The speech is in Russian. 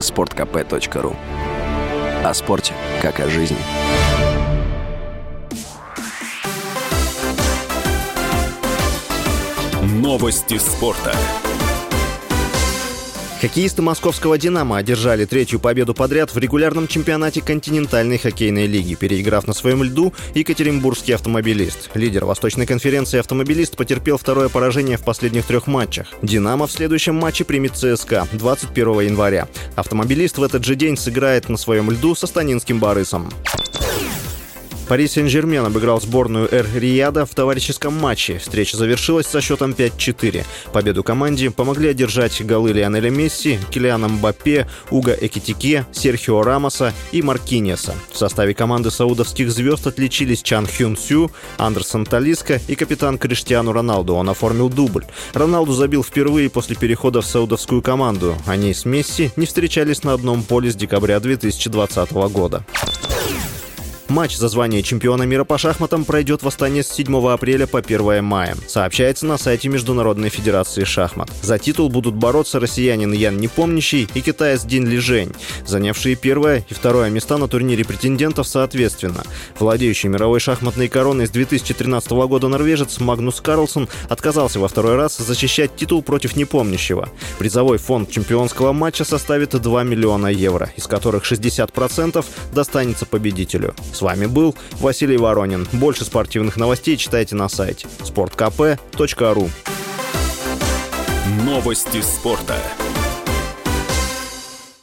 sportkp.ru. О спорте, как о жизни. Новости спорта. Хоккеисты московского «Динамо» одержали третью победу подряд в регулярном чемпионате континентальной хоккейной лиги, переиграв на своем льду екатеринбургский «Автомобилист». Лидер Восточной конференции «Автомобилист» потерпел второе поражение в последних 3 матчах. «Динамо» в следующем матче примет ЦСКА 21 января. «Автомобилист» в этот же день сыграет на своем льду со станинским «Борисом». Пари Сен-Жермен обыграл сборную Эр-Рияда в товарищеском матче. Встреча завершилась со счетом 5-4. Победу команде помогли одержать голы Лионеля Месси, Килиана Мбаппе, Уго Экитике, Серхио Рамоса и Маркиньоса. В составе команды саудовских звезд отличились Чан Хюн Сю, Андерсон Талиска и капитан Криштиану Роналду. Он оформил дубль. Роналду забил впервые после перехода в саудовскую команду. Они с Месси не встречались на одном поле с декабря 2020 года. Матч за звание чемпиона мира по шахматам пройдет в Астане с 7 апреля по 1 мая. Сообщается на сайте Международной федерации шахмат. За титул будут бороться россиянин Ян Непомнящий и китаец Дин Лижень, занявшие 1 и 2 места на турнире претендентов соответственно. Владеющий мировой шахматной короной с 2013 года норвежец Магнус Карлсон отказался во 2 раз защищать титул против Непомнящего. Призовой фонд чемпионского матча составит 2 миллиона евро, из которых 60% достанется победителю. С вами был Василий Воронин. Больше спортивных новостей читайте на сайте sportkp.ru. Новости спорта.